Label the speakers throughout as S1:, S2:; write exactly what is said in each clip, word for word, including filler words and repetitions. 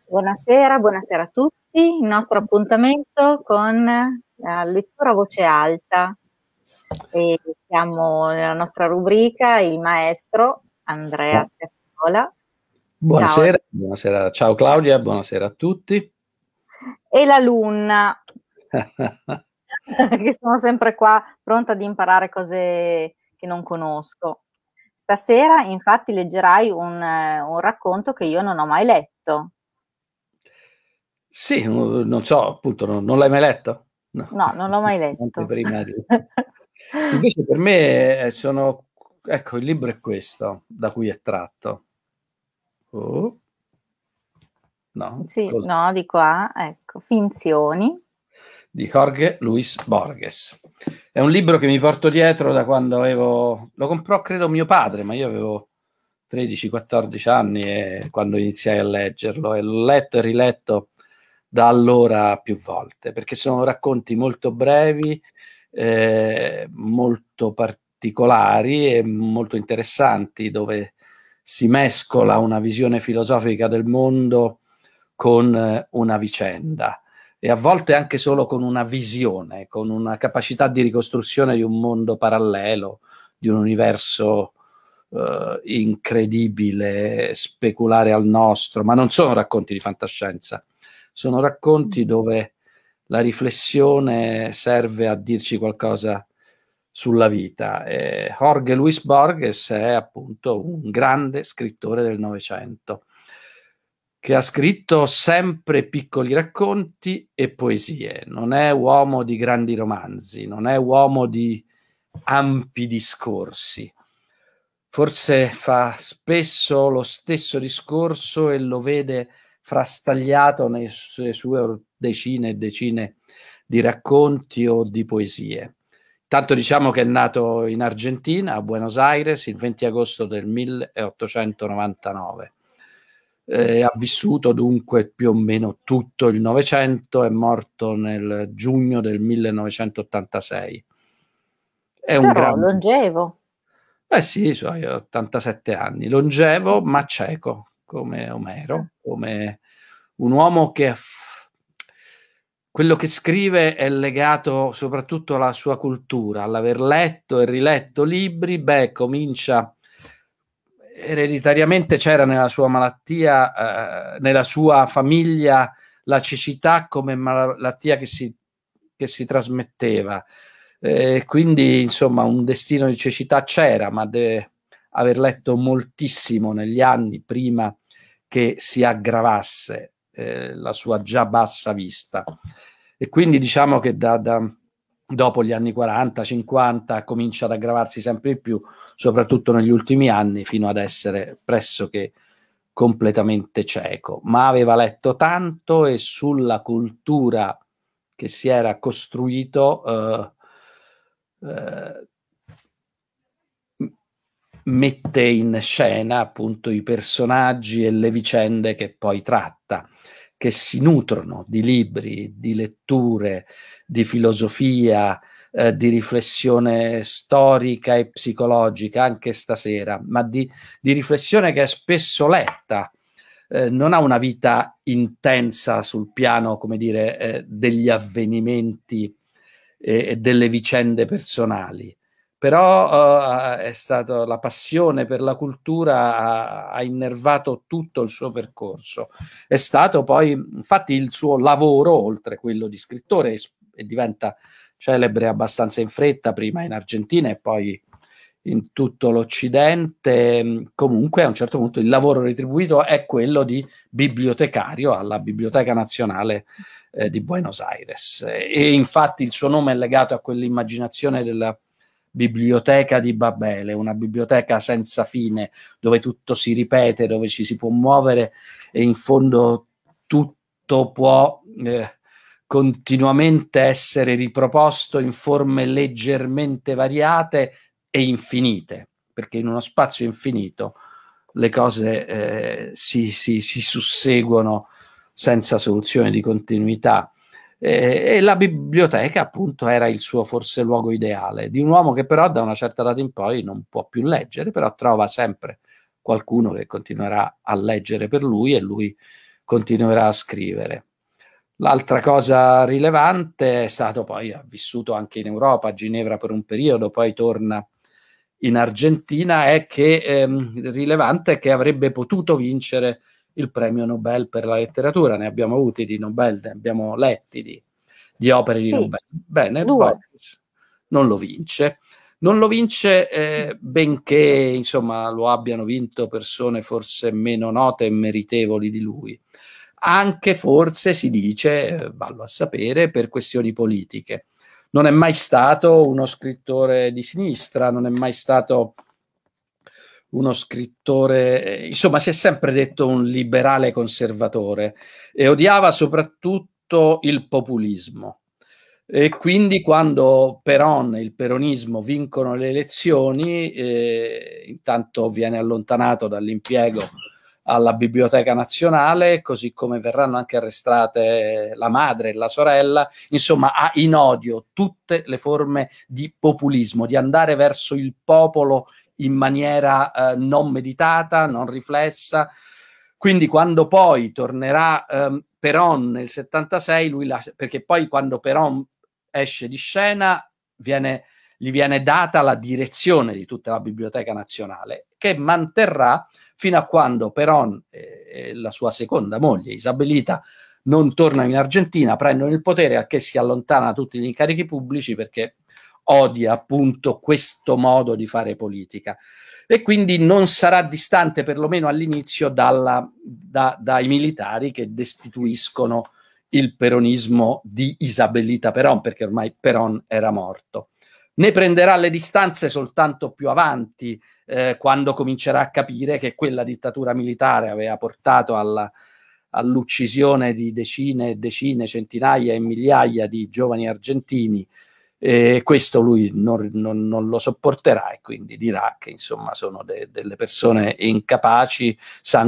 S1: Buonasera, buonasera a tutti. Il nostro appuntamento con la lettura a voce alta. E siamo nella nostra rubrica Il maestro Andrea
S2: Oh,
S1: Scacciola. Ciao.
S2: buonasera, buonasera, ciao Claudia, buonasera a tutti.
S1: E la Lunna, che sono sempre qua pronta ad imparare cose che non conosco. Stasera, infatti, leggerai un, eh, un racconto che io non ho mai letto.
S2: Sì, uh, non so, appunto, non, non l'hai mai letto? No,
S1: No, non l'ho mai
S2: anche
S1: letto.
S2: prima di... Invece per me eh, sono... Ecco, il libro è questo, da cui è tratto. Oh, no,
S1: Sì,
S2: cos'è?
S1: no, di qua, ecco, Finzioni.
S2: Di Jorge Luis Borges. È un libro che mi porto dietro da quando avevo... Lo comprò, credo, mio padre, ma io avevo tredici quattordici anni e quando iniziai a leggerlo e l'ho letto e riletto da allora più volte, perché sono racconti molto brevi, eh, molto particolari e molto interessanti, dove si mescola una visione filosofica del mondo con eh, una vicenda e a volte anche solo con una visione, con una capacità di ricostruzione di un mondo parallelo, di un universo eh, incredibile, speculare al nostro, ma non sono racconti di fantascienza, sono racconti dove la riflessione serve a dirci qualcosa sulla vita. E Jorge Luis Borges è appunto un grande scrittore del Novecento che ha scritto sempre piccoli racconti e poesie. Non è uomo di grandi romanzi, non è uomo di ampi discorsi. Forse fa spesso lo stesso discorso e lo vede frastagliato nelle sue decine e decine di racconti o di poesie. Tanto diciamo che è nato in Argentina, a Buenos Aires, il venti agosto del milleottocentonovantanove. Eh, ha vissuto dunque più o meno tutto il Novecento, è morto nel giugno del millenovecentottantasei. È un
S1: Però
S2: grande...
S1: longevo.
S2: Eh sì, i suoi ottantasette anni, longevo ma cieco, come
S1: Ah.
S2: Omero, come un uomo che quello che scrive è legato soprattutto alla sua cultura, all'aver letto e riletto libri, beh, comincia ereditariamente c'era nella sua malattia, eh, nella sua famiglia la cecità come malattia che si, che si trasmetteva. Eh, quindi, insomma, un destino di cecità c'era, ma deve aver letto moltissimo negli anni prima che si aggravasse eh, la sua già bassa vista. E quindi diciamo che da, da, dopo gli anni quaranta cinquanta comincia ad aggravarsi sempre di più, soprattutto negli ultimi anni, fino ad essere pressoché completamente cieco. Ma aveva letto tanto e sulla cultura che si era costruito eh, eh, mette in scena appunto i personaggi e le vicende che poi tratta, che si nutrono di libri, di letture, di filosofia, eh, di riflessione storica e psicologica, anche stasera, ma di, di riflessione che è spesso letta. Eh, non ha una vita intensa sul piano, come dire, eh, degli avvenimenti e, e delle vicende personali, però uh, è stato la passione per la cultura ha, ha innervato tutto il suo percorso. È stato poi, infatti, il suo lavoro, oltre quello di scrittore, e, e diventa celebre abbastanza in fretta, prima in Argentina e poi in tutto l'Occidente. Comunque, a un certo punto, il lavoro retribuito è quello di bibliotecario alla Biblioteca Nazionale eh, di Buenos Aires. E infatti il suo nome è legato a quell'immaginazione della biblioteca di Babele, una biblioteca senza fine, dove tutto si ripete, dove ci si può muovere e in fondo tutto può eh, continuamente essere riproposto in forme leggermente variate e infinite, perché in uno spazio infinito le cose eh, si, si, si susseguono senza soluzione di continuità. Eh, e la biblioteca appunto era il suo forse luogo ideale, di un uomo che però da una certa data in poi non può più leggere, però trova sempre qualcuno che continuerà a leggere per lui e lui continuerà a scrivere. L'altra cosa rilevante è stato poi, ha vissuto anche in Europa, a Ginevra per un periodo, poi torna in Argentina, è che ehm, rilevante è che avrebbe potuto vincere il premio Nobel per la letteratura. Ne abbiamo avuti di Nobel, ne abbiamo letti di, di opere
S1: Sì,
S2: di Nobel. Bene,
S1: due.
S2: Borges non lo vince. Non lo vince, eh, benché insomma lo abbiano vinto persone forse meno note e meritevoli di lui. Anche forse si dice, eh, vallo a sapere, per questioni politiche. Non è mai stato uno scrittore di sinistra, non è mai stato uno scrittore, eh, insomma, si è sempre detto un liberale conservatore e odiava soprattutto il populismo. E quindi quando Perón e il peronismo vincono le elezioni, eh, intanto viene allontanato dall'impiego alla Biblioteca Nazionale, così come verranno anche arrestate la madre e la sorella. Insomma, ha in odio tutte le forme di populismo, di andare verso il popolo in maniera eh, non meditata, non riflessa. Quindi quando poi tornerà ehm, Perón nel settantasei, lui lascia, perché poi quando Perón esce di scena viene, gli viene data la direzione di tutta la Biblioteca Nazionale, che manterrà fino a quando Perón e la sua seconda moglie, Isabelita, non tornano in Argentina, prendono il potere, a che si allontana da tutti gli incarichi pubblici perché odia appunto questo modo di fare politica. E quindi non sarà distante, perlomeno all'inizio, dalla, da, dai militari che destituiscono il peronismo di Isabelita Perón, perché ormai Perón era morto. Ne prenderà le distanze soltanto più avanti, eh, quando comincerà a capire che quella dittatura militare aveva portato alla, all'uccisione di decine e decine, centinaia e migliaia di giovani argentini. E questo lui non, non, non lo sopporterà e quindi dirà che insomma sono de, delle persone incapaci,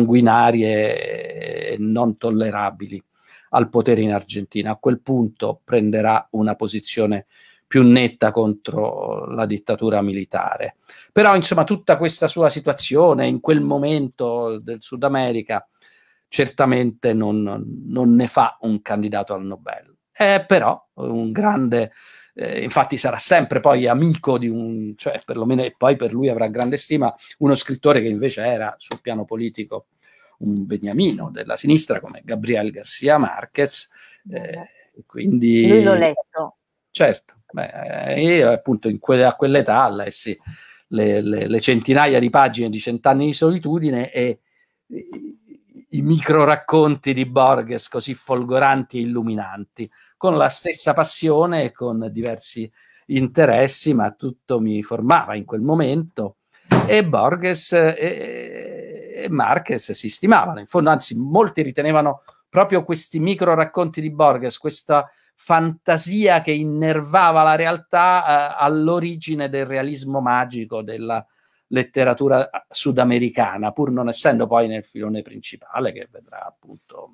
S2: sanguinarie e non tollerabili al potere in Argentina. A quel punto prenderà una posizione più netta contro la dittatura militare. Però insomma tutta questa sua situazione in quel momento del Sud America certamente non, non ne fa un candidato al Nobel. È però un grande, eh, infatti sarà sempre poi amico di un, cioè perlomeno, e poi per lui avrà grande stima, uno scrittore che invece era sul piano politico un beniamino della sinistra come Gabriel García Márquez, eh, quindi
S1: lui l'ho letto.
S2: Certo, beh, io appunto in que- a quell'età lessi le, le, le centinaia di pagine di Cent'anni di solitudine e i, i micro racconti di Borges così folgoranti e illuminanti, con la stessa passione e con diversi interessi, ma tutto mi formava in quel momento. E Borges e, e Marquez si stimavano, in fondo, anzi molti ritenevano proprio questi micro racconti di Borges, questa fantasia che innervava la realtà, eh, all'origine del realismo magico della letteratura sudamericana, pur non essendo poi nel filone principale che vedrà appunto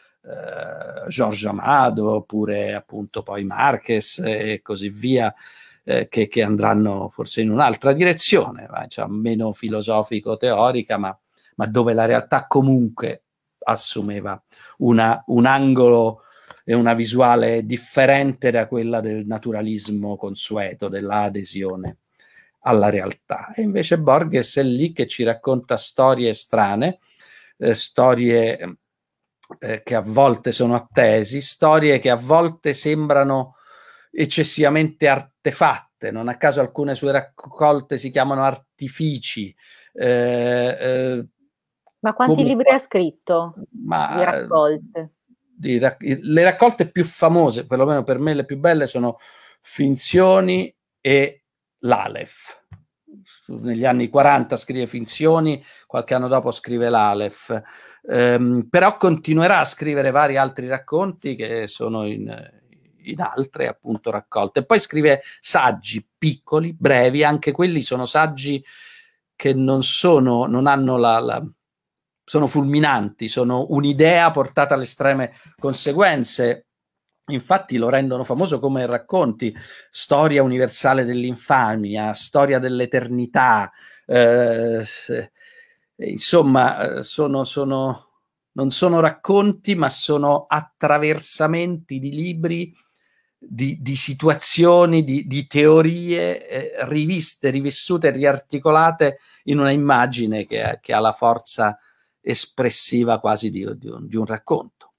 S2: eh, Jorge Amado, oppure appunto poi Marquez e così via, eh, che, che andranno forse in un'altra direzione, cioè meno filosofico-teorica, ma, ma dove la realtà comunque assumeva una, un angolo e una visuale differente da quella del naturalismo consueto, dell'adesione alla realtà. E invece Borges è lì che ci racconta storie strane, eh, storie eh, che a volte sono attesi, storie che a volte sembrano eccessivamente artefatte. Non a caso alcune sue raccolte si chiamano artifici. Eh, eh,
S1: Ma quanti
S2: come,
S1: libri ha scritto
S2: ma,
S1: di raccolte?
S2: Di, le raccolte più famose, perlomeno per me le più belle, sono Finzioni e l'Aleph. Negli anni quaranta scrive Finzioni, qualche anno dopo scrive l'Aleph, ehm, però continuerà a scrivere vari altri racconti che sono in, in altre appunto raccolte. E poi scrive saggi piccoli, brevi, anche quelli sono saggi che non sono, non hanno la, la sono fulminanti, sono un'idea portata alle estreme conseguenze. Infatti lo rendono famoso come racconti: storia universale dell'infamia, storia dell'eternità, eh, insomma sono, sono non sono racconti, ma sono attraversamenti di libri, di, di situazioni, di, di teorie eh, riviste, rivissute, riarticolate in una immagine che, che ha la forza espressiva quasi di, di, un, di un racconto.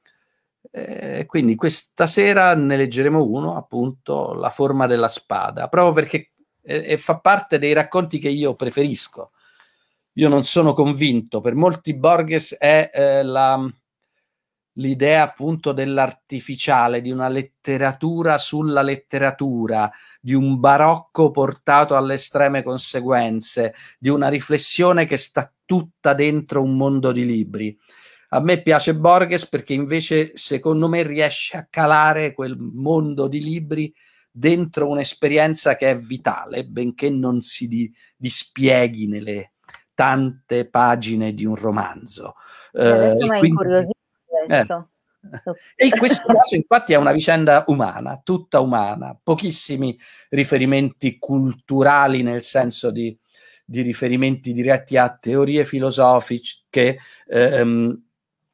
S2: Eh, quindi questa sera ne leggeremo uno, appunto, La forma della spada, proprio perché eh, fa parte dei racconti che io preferisco. Io non sono convinto, per molti Borges è eh, la, l'idea appunto dell'artificiale, di una letteratura sulla letteratura, di un barocco portato alle estreme conseguenze, di una riflessione che sta tutta dentro un mondo di libri. A me piace Borges perché invece, secondo me, riesce a calare quel mondo di libri dentro un'esperienza che è vitale, benché non si di, dispieghi nelle tante pagine di un romanzo.
S1: E adesso
S2: Eh,
S1: mi hai
S2: quindi,
S1: incuriosito
S2: eh.
S1: adesso.
S2: E in questo caso infatti è una vicenda umana, tutta umana, pochissimi riferimenti culturali nel senso di, di riferimenti diretti a teorie filosofiche, ehm,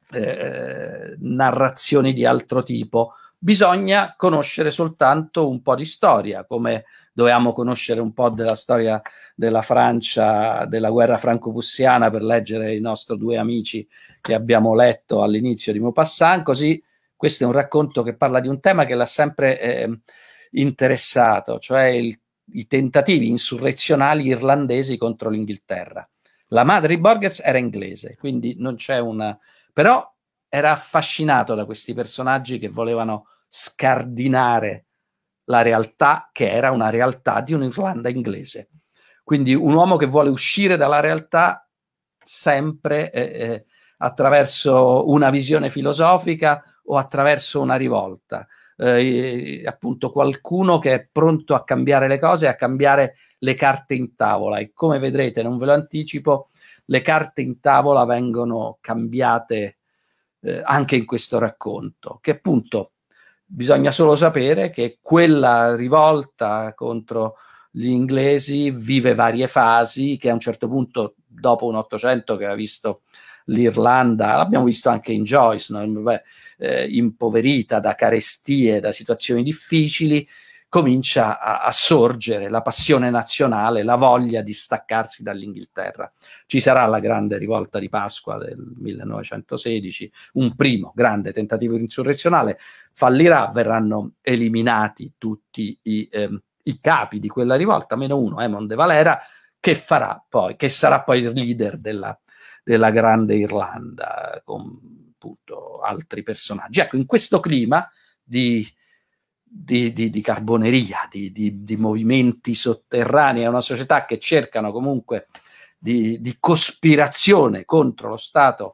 S2: eh, narrazioni di altro tipo. Bisogna conoscere soltanto un po' di storia, come dovevamo conoscere un po' della storia della Francia, della guerra franco-prussiana per leggere i nostri due amici che abbiamo letto all'inizio di Maupassant. Così questo è un racconto che parla di un tema che l'ha sempre eh, interessato, cioè il, i tentativi insurrezionali irlandesi contro l'Inghilterra. La madre di Borges era inglese, quindi non c'è una... però era affascinato da questi personaggi che volevano scardinare la realtà, che era una realtà di un'Irlanda inglese. Quindi un uomo che vuole uscire dalla realtà sempre eh, eh, attraverso una visione filosofica o attraverso una rivolta. Eh, appunto qualcuno che è pronto a cambiare le cose, a cambiare le carte in tavola, e come vedrete, non ve lo anticipo, le carte in tavola vengono cambiate eh, anche in questo racconto, che appunto bisogna solo sapere che quella rivolta contro gli inglesi vive varie fasi, che a un certo punto, dopo un Ottocento che ha visto l'Irlanda, l'abbiamo visto anche in Joyce, no? Beh, eh, impoverita da carestie, da situazioni difficili, comincia a, a sorgere la passione nazionale, la voglia di staccarsi dall'Inghilterra. Ci sarà la grande rivolta di Pasqua del millenovecentosedici, un primo grande tentativo insurrezionale, fallirà, verranno eliminati tutti i, eh, i capi di quella rivolta, meno uno, Eamon de Valera, che farà poi, che sarà poi il leader della, della grande Irlanda, con appunto altri personaggi. Ecco, in questo clima di Di, di, di carboneria, di, di, di movimenti sotterranei, è una società che cercano comunque di, di cospirazione contro lo Stato,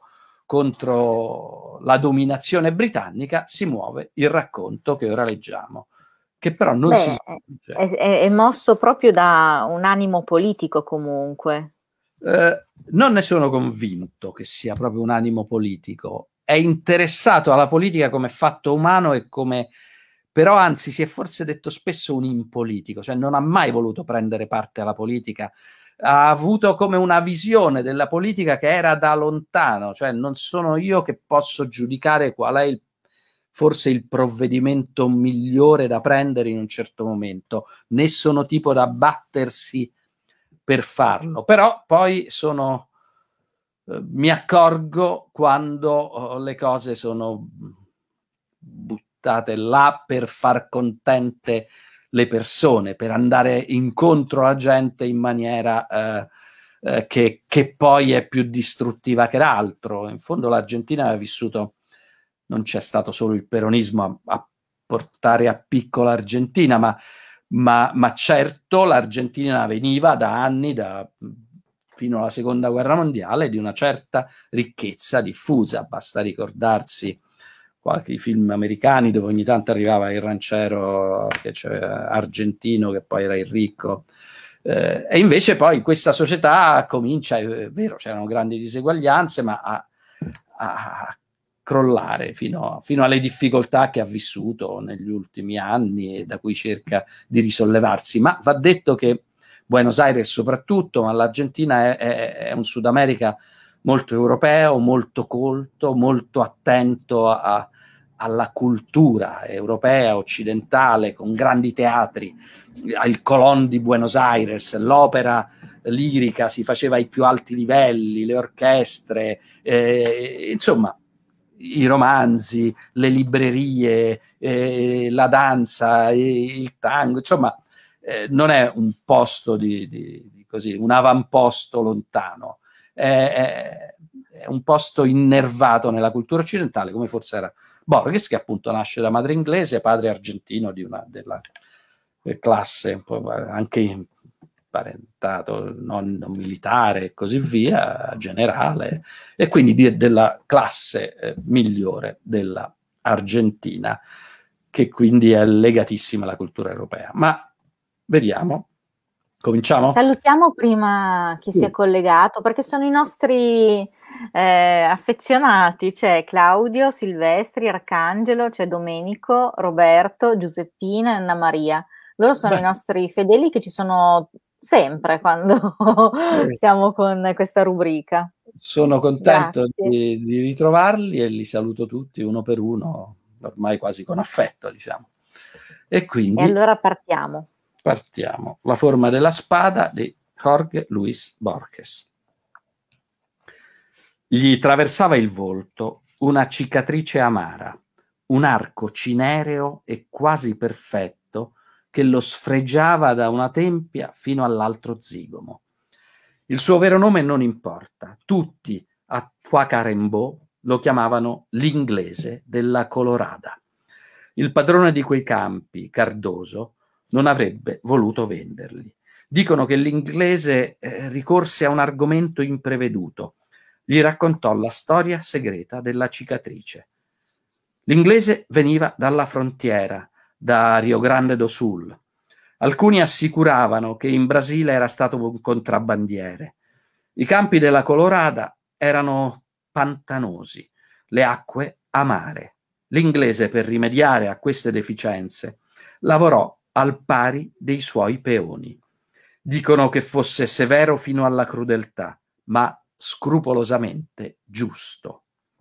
S2: contro la dominazione britannica, si muove il racconto che ora leggiamo, che però non
S1: Beh,
S2: si
S1: è, è, è mosso proprio da un animo politico comunque.
S2: Eh, non ne sono convinto che sia proprio un animo politico. È interessato alla politica come fatto umano e come... però anzi si è forse detto spesso un impolitico, cioè non ha mai voluto prendere parte alla politica, ha avuto come una visione della politica che era da lontano, cioè non sono io che posso giudicare qual è il, forse il provvedimento migliore da prendere in un certo momento, né sono tipo da battersi per farlo, però poi sono eh, mi accorgo quando oh, le cose sono buttate là per far contente le persone, per andare incontro alla gente in maniera eh, eh, che, che poi è più distruttiva che l'altro. In fondo l'Argentina ha vissuto, non c'è stato solo il peronismo a, a portare a picco l'Argentina, ma Ma, ma certo l'Argentina veniva da anni, da, fino alla seconda guerra mondiale, di una certa ricchezza diffusa. Basta ricordarsi qualche film americani dove ogni tanto arrivava il ranciero che argentino che poi era il ricco. Eh, e invece poi questa società comincia, è vero, c'erano grandi diseguaglianze, ma a, a crollare fino, fino alle difficoltà che ha vissuto negli ultimi anni e da cui cerca di risollevarsi. Ma va detto che Buenos Aires soprattutto, ma l'Argentina è, è, è un Sud America molto europeo, molto colto, molto attento a, alla cultura europea, occidentale, con grandi teatri, il Colón di Buenos Aires, l'opera lirica si faceva ai più alti livelli, le orchestre, eh, insomma, i romanzi, le librerie, eh, la danza, il tango, insomma, eh, non è un posto di, di, di così, un avamposto lontano, è, è, è un posto innervato nella cultura occidentale, come forse era Borges, che appunto nasce da madre inglese, padre argentino di una della classe un po' anche parentato non, non militare e così via, generale, e quindi di, della classe eh, migliore della Argentina, che quindi è legatissima alla cultura europea. Ma vediamo, cominciamo?
S1: Salutiamo prima chi
S2: Sì.
S1: si è collegato, perché sono i nostri eh, affezionati, c'è Claudio, Silvestri, Arcangelo, c'è Domenico, Roberto, Giuseppina e Anna Maria. Loro sono
S2: Beh.
S1: i nostri fedeli che ci sono sempre quando
S2: Eh.
S1: siamo con questa rubrica.
S2: Sono contento
S1: Grazie.
S2: di, di ritrovarli e li saluto tutti uno per uno, ormai quasi con affetto, diciamo. E quindi
S1: E allora partiamo.
S2: partiamo. La forma della spada di Jorge Luis Borges. Gli traversava il volto una cicatrice amara, un arco cinereo e quasi perfetto che lo sfregiava da una tempia fino all'altro zigomo. Il suo vero nome non importa, tutti a Tacuarembó lo chiamavano l'inglese della Colorada. Il padrone di quei campi, Cardoso, non avrebbe voluto venderli. Dicono che l'inglese eh, ricorse a un argomento impreveduto. Gli raccontò la storia segreta della cicatrice. L'inglese veniva dalla frontiera, da Rio Grande do Sul. Alcuni assicuravano che in Brasile era stato un contrabbandiere. I campi della Colorada erano pantanosi, le acque amare. L'inglese, per rimediare a queste deficienze, lavorò al pari dei suoi peoni. Dicono che fosse severo fino alla crudeltà, ma scrupolosamente giusto.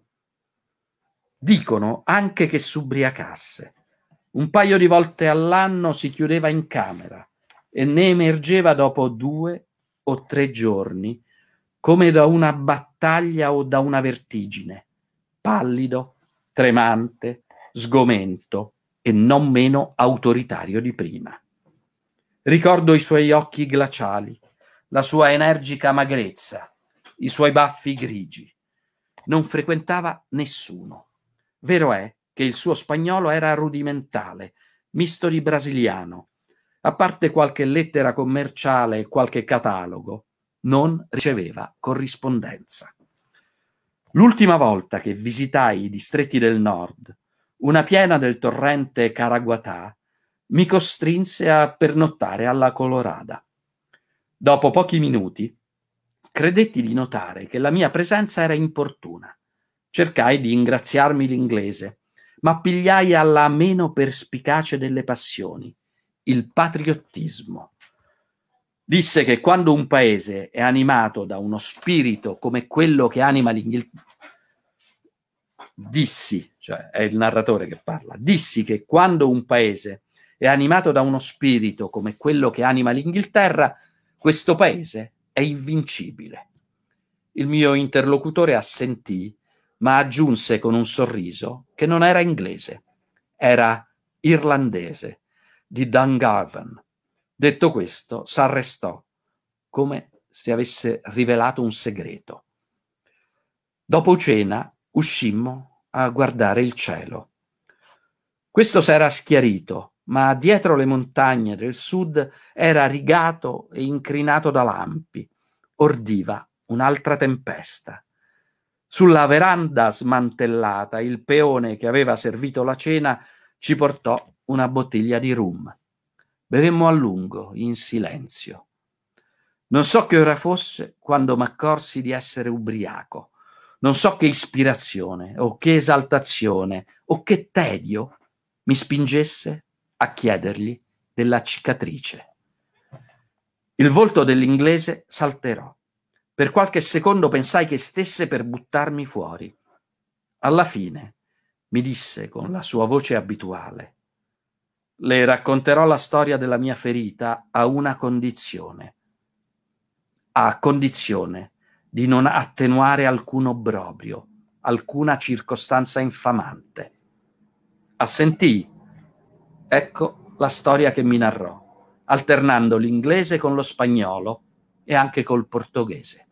S2: Dicono anche che s'ubriacasse. Un paio di volte all'anno si chiudeva in camera e ne emergeva dopo due o tre giorni, come da una battaglia o da una vertigine, pallido, tremante, sgomento e non meno autoritario di prima. Ricordo i suoi occhi glaciali, la sua energica magrezza, i suoi baffi grigi. Non frequentava nessuno. Vero è che il suo spagnolo era rudimentale, misto di brasiliano. A parte qualche lettera commerciale e qualche catalogo, non riceveva corrispondenza. L'ultima volta che visitai i distretti del nord, una piena del torrente Caraguatá mi costrinse a pernottare alla Colorada. Dopo pochi minuti credetti di notare che la mia presenza era importuna. Cercai di ingraziarmi l'inglese, ma pigliai alla meno perspicace delle passioni, il patriottismo. Disse che quando un paese è animato da uno spirito come quello che anima l'Inghilterra, dissi, cioè è il narratore che parla, dissi che quando un paese è animato da uno spirito come quello che anima l'Inghilterra, questo paese è invincibile. Il mio interlocutore assentì, ma aggiunse con un sorriso che non era inglese, era irlandese, di Dungarvan. Detto questo, s'arrestò, come se avesse rivelato un segreto. Dopo cena uscimmo a guardare il cielo. Questo s'era schiarito, ma dietro le montagne del sud era rigato e incrinato da lampi. Ordiva un'altra tempesta. Sulla veranda smantellata, il peone che aveva servito la cena ci portò una bottiglia di rum. Bevemmo a lungo, in silenzio. Non so che ora fosse quando m'accorsi di essere ubriaco. Non so che ispirazione, o che esaltazione, o che tedio mi spingesse a chiedergli della cicatrice. Il volto dell'inglese s'alterò. Per qualche secondo pensai che stesse per buttarmi fuori. Alla fine mi disse con la sua voce abituale: le racconterò la storia della mia ferita a una condizione, a condizione di non attenuare alcun obbrobrio, alcuna circostanza infamante. Assentì. Ecco la storia che mi narrò, alternando l'inglese con lo spagnolo e anche col portoghese.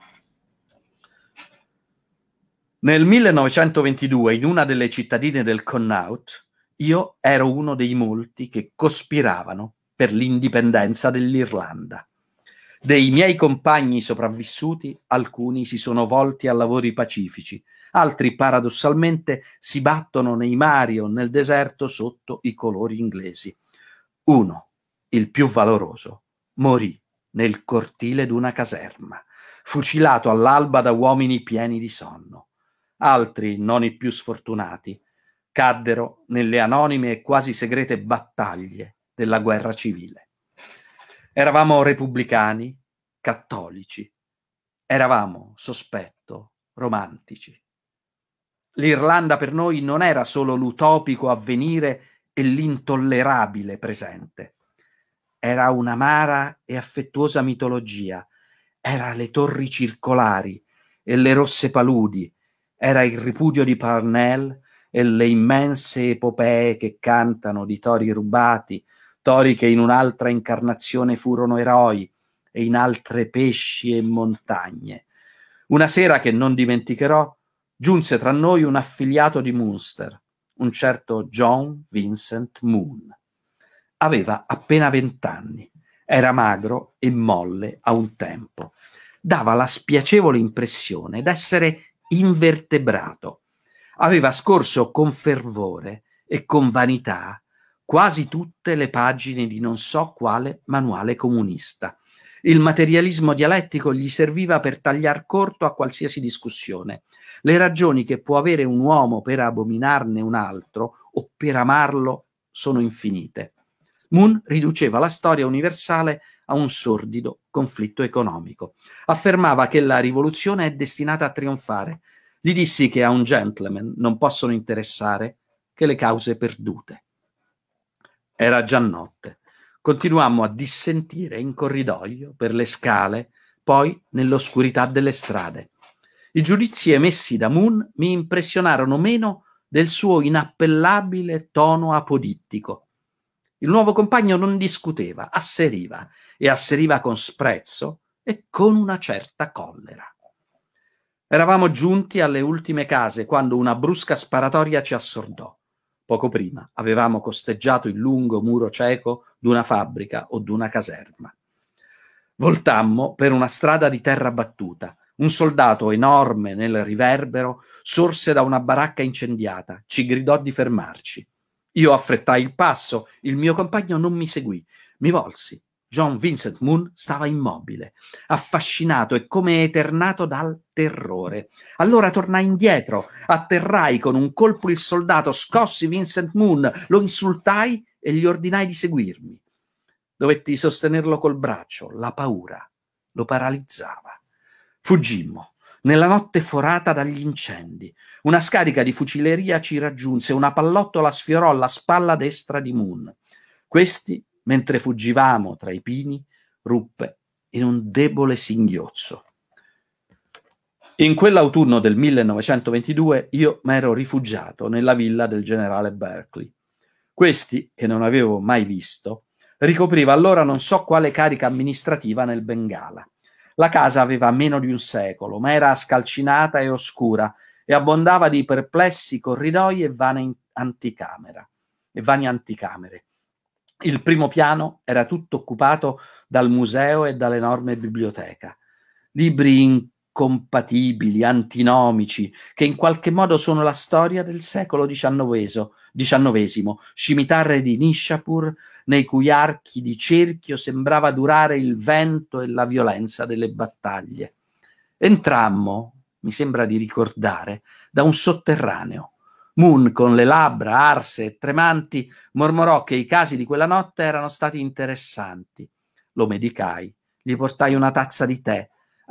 S2: Nel millenovecentoventidue, in una delle cittadine del Connaught, io ero uno dei molti che cospiravano per l'indipendenza dell'Irlanda. Dei miei compagni sopravvissuti, alcuni si sono volti a lavori pacifici, altri paradossalmente si battono nei mari o nel deserto sotto i colori inglesi. Uno, il più valoroso, morì nel cortile d'una caserma, fucilato all'alba da uomini pieni di sonno. Altri, non i più sfortunati, caddero nelle anonime e quasi segrete battaglie della guerra civile. Eravamo repubblicani, cattolici, eravamo, sospetto, romantici. L'Irlanda per noi non era solo l'utopico avvenire e l'intollerabile presente. Era un'amara e affettuosa mitologia, era le torri circolari e le rosse paludi, era il ripudio di Parnell e le immense epopee che cantano di tori rubati, tori che in un'altra incarnazione furono eroi e in altre pesci e montagne. Una sera che non dimenticherò, giunse tra noi un affiliato di Munster, un certo John Vincent Moon. Aveva appena vent'anni, era magro e molle a un tempo. Dava la spiacevole impressione d'essere invertebrato. Aveva scorso con fervore e con vanità quasi tutte le pagine di non so quale manuale comunista. Il materialismo dialettico gli serviva per tagliar corto a qualsiasi discussione. Le ragioni che può avere un uomo per abominarne un altro o per amarlo sono infinite. Moon riduceva la storia universale a un sordido conflitto economico. Affermava che la rivoluzione è destinata a trionfare. Gli dissi che a un gentleman non possono interessare che le cause perdute. Era già notte. Continuammo a dissentire in corridoio, per le scale, poi nell'oscurità delle strade. I giudizi emessi da Moon mi impressionarono meno del suo inappellabile tono apodittico. Il nuovo compagno non discuteva, asseriva, e asseriva con sprezzo e con una certa collera. Eravamo giunti alle ultime case quando una brusca sparatoria ci assordò. Poco prima avevamo costeggiato il lungo muro cieco d'una fabbrica o d'una caserma. Voltammo per una strada di terra battuta. Un soldato enorme nel riverbero sorse da una baracca incendiata, ci gridò di fermarci. Io affrettai il passo, il mio compagno non mi seguì. Mi volsi. John Vincent Moon stava immobile, affascinato e come eternato dal terrore. Allora tornai indietro, atterrai con un colpo il soldato, scossi Vincent Moon, lo insultai e gli ordinai di seguirmi. Dovetti sostenerlo col braccio, la paura lo paralizzava. Fuggimmo. Nella notte forata dagli incendi, una scarica di fucileria ci raggiunse, una pallottola sfiorò la spalla destra di Moon. Questi, mentre fuggivamo tra i pini, ruppe in un debole singhiozzo. In quell'autunno del millenovecentoventidue io m'ero rifugiato nella villa del generale Berkeley. Questi, che non avevo mai visto, ricopriva allora non so quale carica amministrativa nel Bengala. La casa aveva meno di un secolo, ma era scalcinata e oscura e abbondava di perplessi corridoi e vane anticamera, e vani anticamere. Il primo piano era tutto occupato dal museo e dall'enorme biblioteca. Libri incompatibili, antinomici, che in qualche modo sono la storia del secolo diciannovesimo, scimitarre di Nishapur, nei cui archi di cerchio sembrava durare il vento e la violenza delle battaglie. Entrammo, mi sembra di ricordare, da un sotterraneo. Moon, con le labbra arse e tremanti, mormorò che i casi di quella notte erano stati interessanti. Lo medicai, gli portai una tazza di tè,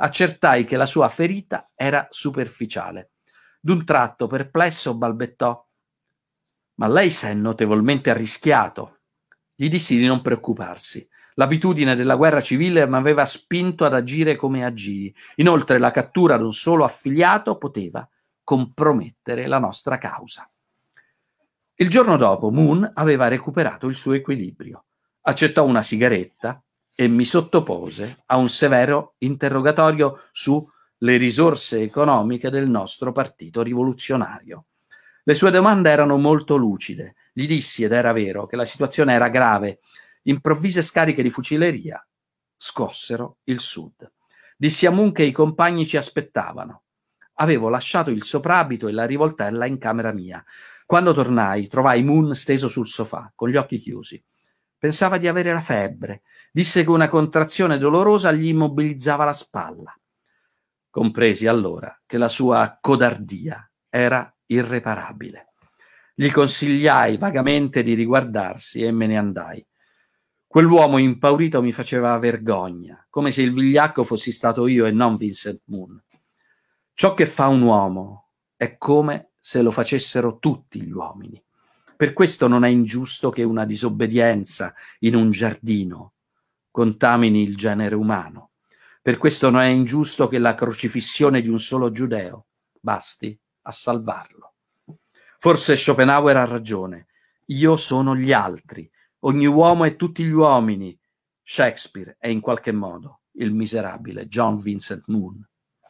S2: accertai che la sua ferita era superficiale. D'un tratto, perplesso, balbettò: «Ma lei s'è notevolmente arrischiato». Gli dissi di non preoccuparsi. L'abitudine della guerra civile mi aveva spinto ad agire come agii. Inoltre la cattura di un solo affiliato poteva compromettere la nostra causa. Il giorno dopo Moon aveva recuperato il suo equilibrio. Accettò una sigaretta e mi sottopose a un severo interrogatorio sulle risorse economiche del nostro partito rivoluzionario. Le sue domande erano molto lucide. Gli dissi, ed era vero, che la situazione era grave. Improvvise scariche di fucileria scossero il sud. Dissi a Moon che i compagni ci aspettavano. Avevo lasciato il soprabito e la rivoltella in camera mia. Quando tornai, trovai Moon steso sul sofà, con gli occhi chiusi. Pensava di avere la febbre. Disse che una contrazione dolorosa gli immobilizzava la spalla. Compresi allora che la sua codardia era irreparabile. Gli consigliai vagamente di riguardarsi e me ne andai. Quell'uomo impaurito mi faceva vergogna, come se il vigliacco fossi stato io e non Vincent Moon. Ciò che fa un uomo è come se lo facessero tutti gli uomini. Per questo non è ingiusto che una disobbedienza in un giardino contamini il genere umano. Per questo non è ingiusto che la crocifissione di un solo giudeo basti a salvarlo. Forse Schopenhauer ha ragione. Io sono gli altri. Ogni uomo è tutti gli uomini. Shakespeare è in qualche modo il miserabile John Vincent Moon.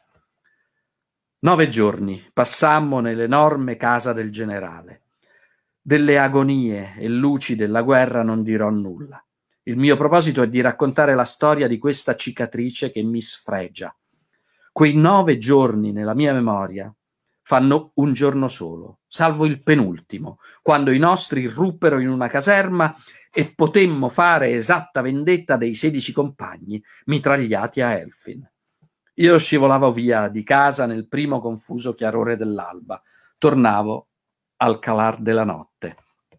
S2: Nove giorni passammo nell'enorme casa del generale. Delle agonie e luci della guerra non dirò nulla. Il mio proposito è di raccontare la storia di questa cicatrice che mi sfregia. Quei nove giorni nella mia memoria fanno un giorno solo, salvo il penultimo, quando i nostri irruppero in una caserma e potemmo fare esatta vendetta dei sedici compagni mitragliati a Elfin. Io scivolavo via di casa nel primo confuso chiarore dell'alba. Tornavo al calar della notte.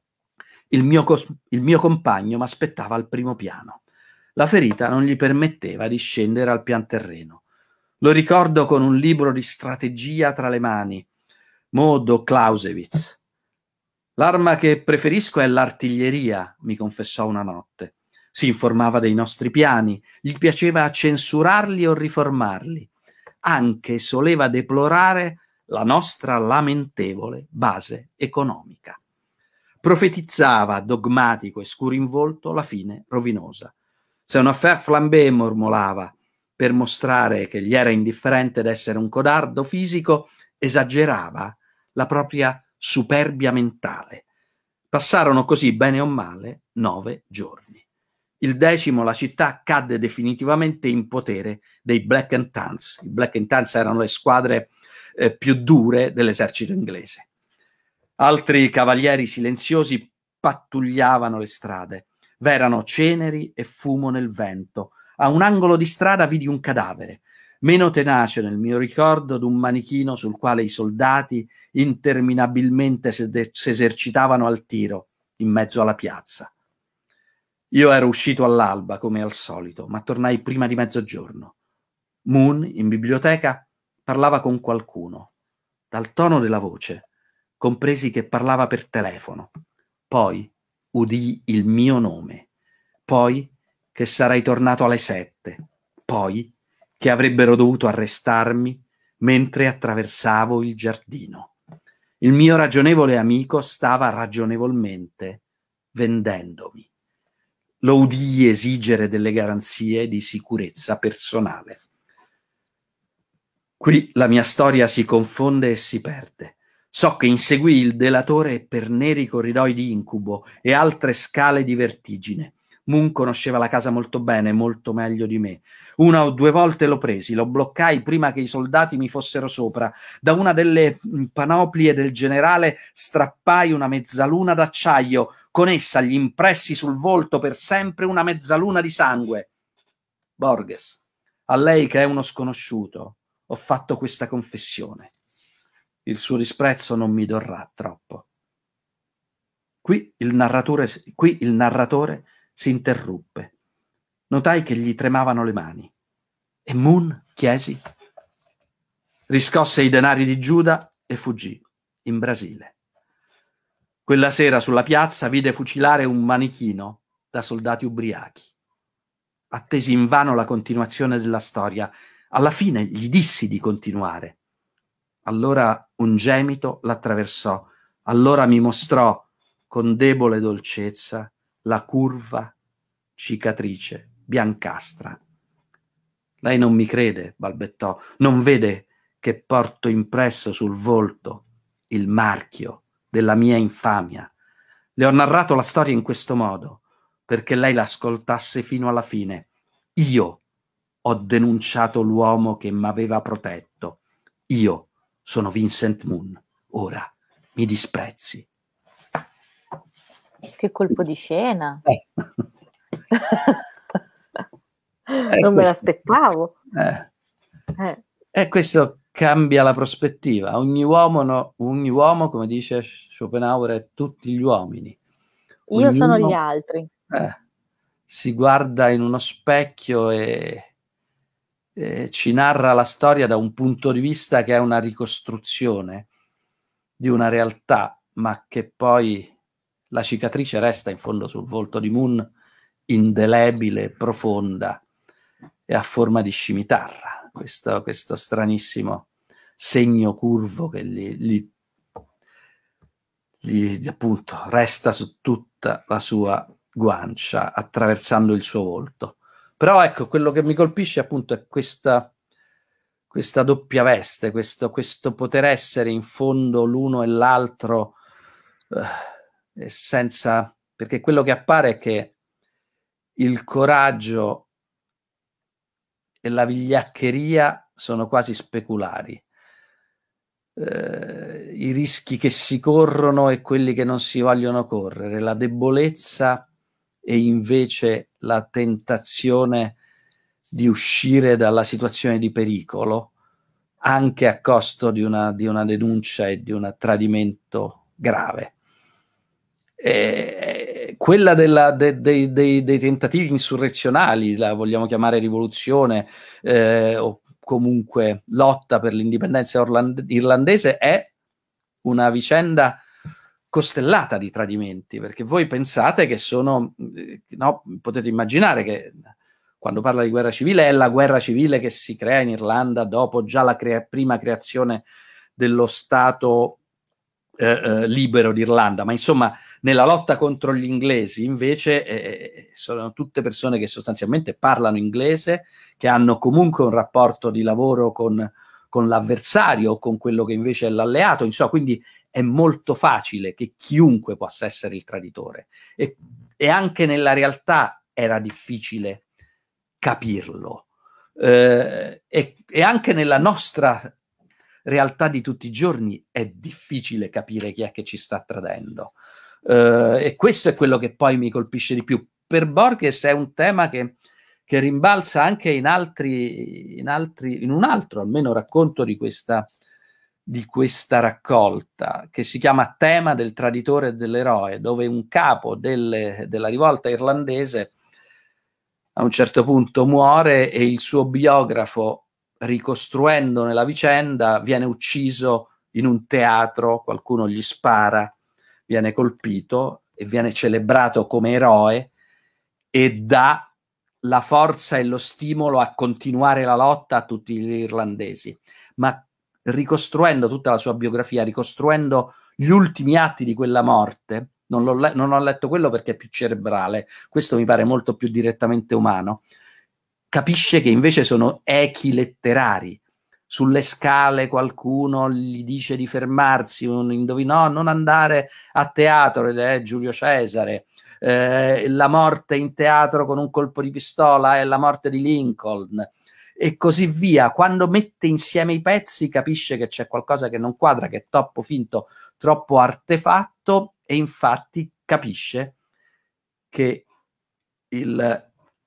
S2: Il mio, cos- il mio compagno mi aspettava al primo piano. La ferita non gli permetteva di scendere al pian terreno. Lo ricordo con un libro di strategia tra le mani, Modo Clausewitz. L'arma che preferisco è l'artiglieria, mi confessò una notte. Si informava dei nostri piani, gli piaceva censurarli o riformarli. Anche soleva deplorare la nostra lamentevole base economica. Profetizzava, dogmatico e scuro in volto, la fine rovinosa. C'est une affaire flambée, mormolava, per mostrare che gli era indifferente d'essere un codardo fisico, esagerava la propria superbia mentale. Passarono così, bene o male, nove giorni. Il decimo la città cadde definitivamente in potere dei Black and Tans. I Black and Tans erano le squadre eh, più dure dell'esercito inglese. Altri cavalieri silenziosi pattugliavano le strade. V'erano ceneri e fumo nel vento. A un angolo di strada vidi un cadavere, meno tenace nel mio ricordo d'un manichino sul quale i soldati interminabilmente si esercitavano al tiro in mezzo alla piazza. Io ero uscito all'alba, come al solito, ma tornai prima di mezzogiorno. Moon, in biblioteca, parlava con qualcuno. Dal tono della voce compresi che parlava per telefono. Poi udii il mio nome. Poi che sarei tornato alle sette. Poi che avrebbero dovuto arrestarmi mentre attraversavo il giardino. Il mio ragionevole amico stava ragionevolmente vendendomi. Lo udii esigere delle garanzie di sicurezza personale. Qui la mia storia si confonde e si perde. So che inseguì il delatore per neri corridoi di incubo e altre scale di vertigine. Moon conosceva la casa molto bene, molto meglio di me. Una o due volte lo presi, lo bloccai prima che i soldati mi fossero sopra. Da una delle panoplie del generale strappai una mezzaluna d'acciaio. Con essa gli impressi sul volto per sempre una mezzaluna di sangue. Borges, a lei che è uno sconosciuto, ho fatto questa confessione. Il suo disprezzo non mi dorrà troppo. Qui il narratore, qui il narratore si interruppe. Notai che gli tremavano le mani. E Moon, chiesi, riscosse i denari di Giuda e fuggì in Brasile. Quella sera sulla piazza vide fucilare un manichino da soldati ubriachi. Attesi invano la continuazione della storia. Alla fine gli dissi di continuare. Allora un gemito l'attraversò. Allora mi mostrò con debole dolcezza la curva cicatrice biancastra. Lei non mi crede, balbettò, non vede che porto impresso sul volto il marchio della mia infamia. Le ho narrato la storia in questo modo perché lei l'ascoltasse fino alla fine. Io ho denunciato l'uomo che m'aveva protetto. Io sono Vincent Moon. Ora mi disprezzi.
S1: Che colpo di scena.
S2: Eh.
S1: Non me l'aspettavo.
S2: Eh.
S1: Eh.
S2: E questo cambia la prospettiva. Ogni uomo, no, ogni uomo, come dice Schopenhauer, è tutti gli uomini.
S1: Io
S2: Ognuno,
S1: sono gli altri.
S2: Eh, si guarda in uno specchio e, e ci narra la storia da un punto di vista che è una ricostruzione di una realtà, ma che poi la cicatrice resta in fondo sul volto di Moon, indelebile, profonda e a forma di scimitarra. Questo, questo stranissimo segno curvo che gli, gli, gli appunto resta su tutta la sua guancia, attraversando il suo volto. Però ecco, quello che mi colpisce appunto è questa, questa doppia veste, questo, questo poter essere in fondo l'uno e l'altro, eh, senza, perché quello che appare è che il coraggio e la vigliaccheria sono quasi speculari. Eh, i rischi che si corrono e quelli che non si vogliono correre, la debolezza e invece la tentazione di uscire dalla situazione di pericolo, anche a costo di una, di una denuncia e di un tradimento grave. E quella della, de, de, de, dei tentativi insurrezionali, la vogliamo chiamare rivoluzione eh, o comunque lotta per l'indipendenza orland- irlandese, è una vicenda costellata di tradimenti, perché voi pensate che sono, no, potete immaginare che quando parla di guerra civile è la guerra civile che si crea in Irlanda dopo già la crea- prima creazione dello Stato eh, eh, libero d'Irlanda, ma insomma nella lotta contro gli inglesi invece eh, sono tutte persone che sostanzialmente parlano inglese, che hanno comunque un rapporto di lavoro con, con l'avversario o con quello che invece è l'alleato, insomma, quindi è molto facile che chiunque possa essere il traditore e, e anche nella realtà era difficile capirlo eh, e, e anche nella nostra realtà di tutti i giorni è difficile capire chi è che ci sta tradendo. Uh, e questo è quello che poi mi colpisce di più. Per Borges è un tema che, che rimbalza anche in altri, in altri, in un altro almeno racconto di questa, di questa raccolta, che si chiama Tema del traditore e dell'eroe, dove un capo delle, della rivolta irlandese a un certo punto muore e il suo biografo, ricostruendone la vicenda, viene ucciso in un teatro, qualcuno gli spara, viene colpito e viene celebrato come eroe e dà la forza e lo stimolo a continuare la lotta a tutti gli irlandesi. Ma ricostruendo tutta la sua biografia, ricostruendo gli ultimi atti di quella morte, non, l'ho le- non ho letto quello perché è più cerebrale, questo mi pare molto più direttamente umano, capisce che invece sono echi letterari. Sulle scale qualcuno gli dice di fermarsi, un indovinò, non andare a teatro, ed è Giulio Cesare. Eh, la morte in teatro con un colpo di pistola è la morte di Lincoln e così via. Quando mette insieme i pezzi capisce che c'è qualcosa che non quadra, che è troppo finto, troppo artefatto, e infatti capisce che il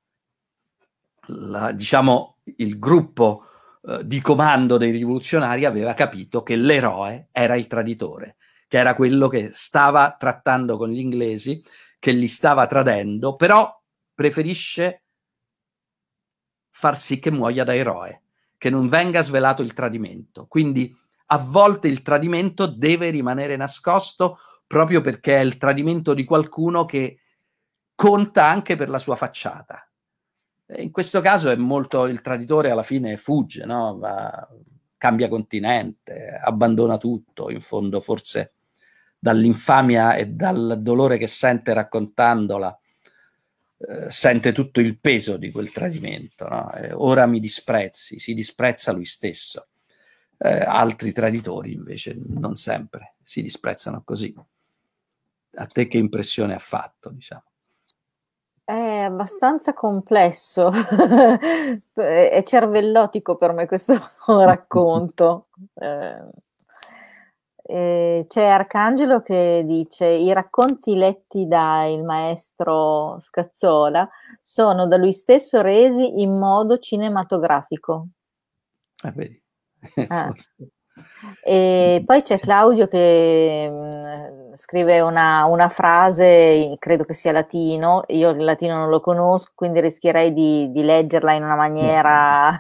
S2: La, diciamo, il gruppo eh, di comando dei rivoluzionari aveva capito che l'eroe era il traditore, che era quello che stava trattando con gli inglesi, che li stava tradendo, però preferisce far sì che muoia da eroe, che non venga svelato il tradimento. Quindi a volte il tradimento deve rimanere nascosto proprio perché è il tradimento di qualcuno che conta anche per la sua facciata. E in questo caso è molto il traditore alla fine fugge, no? Va, cambia continente, abbandona tutto, in fondo forse dall'infamia e dal dolore che sente raccontandola, eh, sente tutto il peso di quel tradimento, no? E ora mi disprezzi, si disprezza lui stesso. Eh, altri traditori invece non sempre si disprezzano così. A te che impressione ha fatto, diciamo?
S1: È abbastanza complesso, è cervellotico per me questo racconto. Eh, eh, c'è Arcangelo che dice: i racconti letti dal maestro Scazzola sono da lui stesso resi in modo cinematografico.
S2: Ah, vedi.
S1: Ah.
S2: Forse.
S1: E poi c'è Claudio che mh, scrive una, una frase, credo che sia latino, io il latino non lo conosco, quindi rischierei di, di leggerla in una maniera...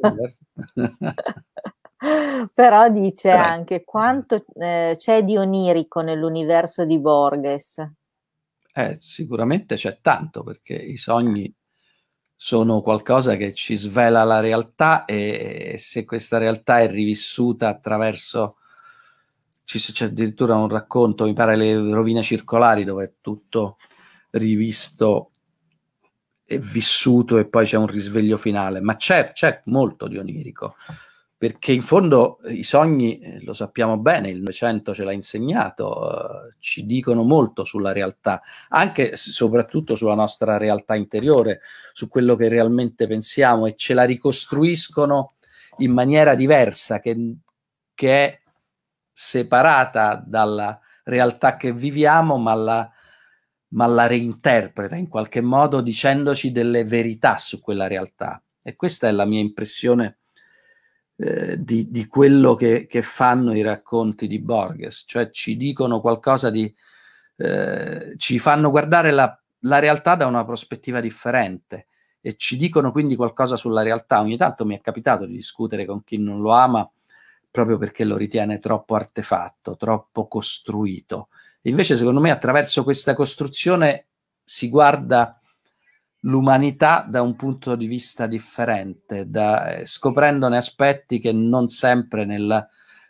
S1: Però dice
S2: Però,
S1: anche quanto eh, c'è di onirico nell'universo di Borges.
S2: eh, sicuramente c'è tanto, perché i sogni sono qualcosa che ci svela la realtà, e se questa realtà è rivissuta attraverso, c'è addirittura un racconto, mi pare Le rovine circolari, dove è tutto rivisto e vissuto e poi c'è un risveglio finale, ma c'è, c'è molto di onirico, perché in fondo i sogni, eh, lo sappiamo bene, il Novecento ce l'ha insegnato, eh, ci dicono molto sulla realtà, anche e soprattutto sulla nostra realtà interiore, su quello che realmente pensiamo, e ce la ricostruiscono in maniera diversa, che, che è separata dalla realtà che viviamo, ma la, ma la reinterpreta in qualche modo dicendoci delle verità su quella realtà. E questa è la mia impressione eh, di, di quello che, che fanno i racconti di Borges, cioè ci dicono qualcosa di... Eh, ci fanno guardare la, la realtà da una prospettiva differente e ci dicono quindi qualcosa sulla realtà. Ogni tanto mi è capitato di discutere con chi non lo ama proprio perché lo ritiene troppo artefatto, troppo costruito. Invece, secondo me, attraverso questa costruzione si guarda l'umanità da un punto di vista differente, da, eh, scoprendone aspetti che non sempre nel,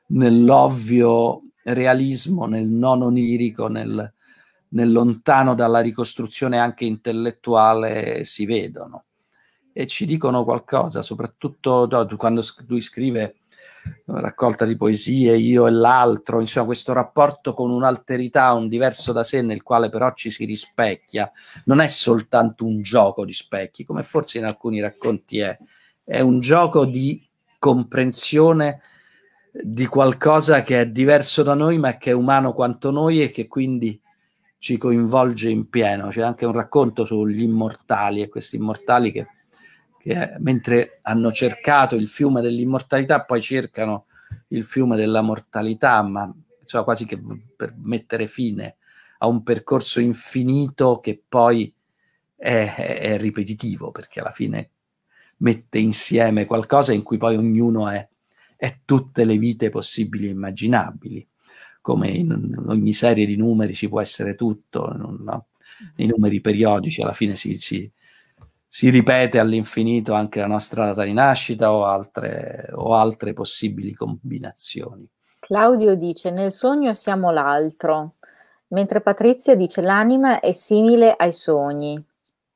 S2: nell'ovvio realismo, nel non onirico, nel, nel lontano dalla ricostruzione anche intellettuale si vedono. E ci dicono qualcosa, soprattutto no, quando lui scrive una raccolta di poesie, Io e l'altro, insomma questo rapporto con un'alterità, un diverso da sé nel quale però ci si rispecchia, non è soltanto un gioco di specchi, come forse in alcuni racconti è, è un gioco di comprensione di qualcosa che è diverso da noi ma che è umano quanto noi e che quindi ci coinvolge in pieno. C'è anche un racconto sugli immortali e questi immortali che che mentre hanno cercato il fiume dell'immortalità poi cercano il fiume della mortalità, ma cioè, quasi che per mettere fine a un percorso infinito che poi è, è, è ripetitivo, perché alla fine mette insieme qualcosa in cui poi ognuno è, è tutte le vite possibili e immaginabili, come in ogni serie di numeri ci può essere tutto, no? Nei numeri periodici alla fine si, si si ripete all'infinito anche la nostra data di nascita o altre, o altre possibili combinazioni.
S1: Claudio dice: nel sogno siamo l'altro, mentre Patrizia dice: l'anima è simile ai sogni.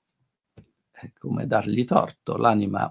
S2: È come dargli torto, l'anima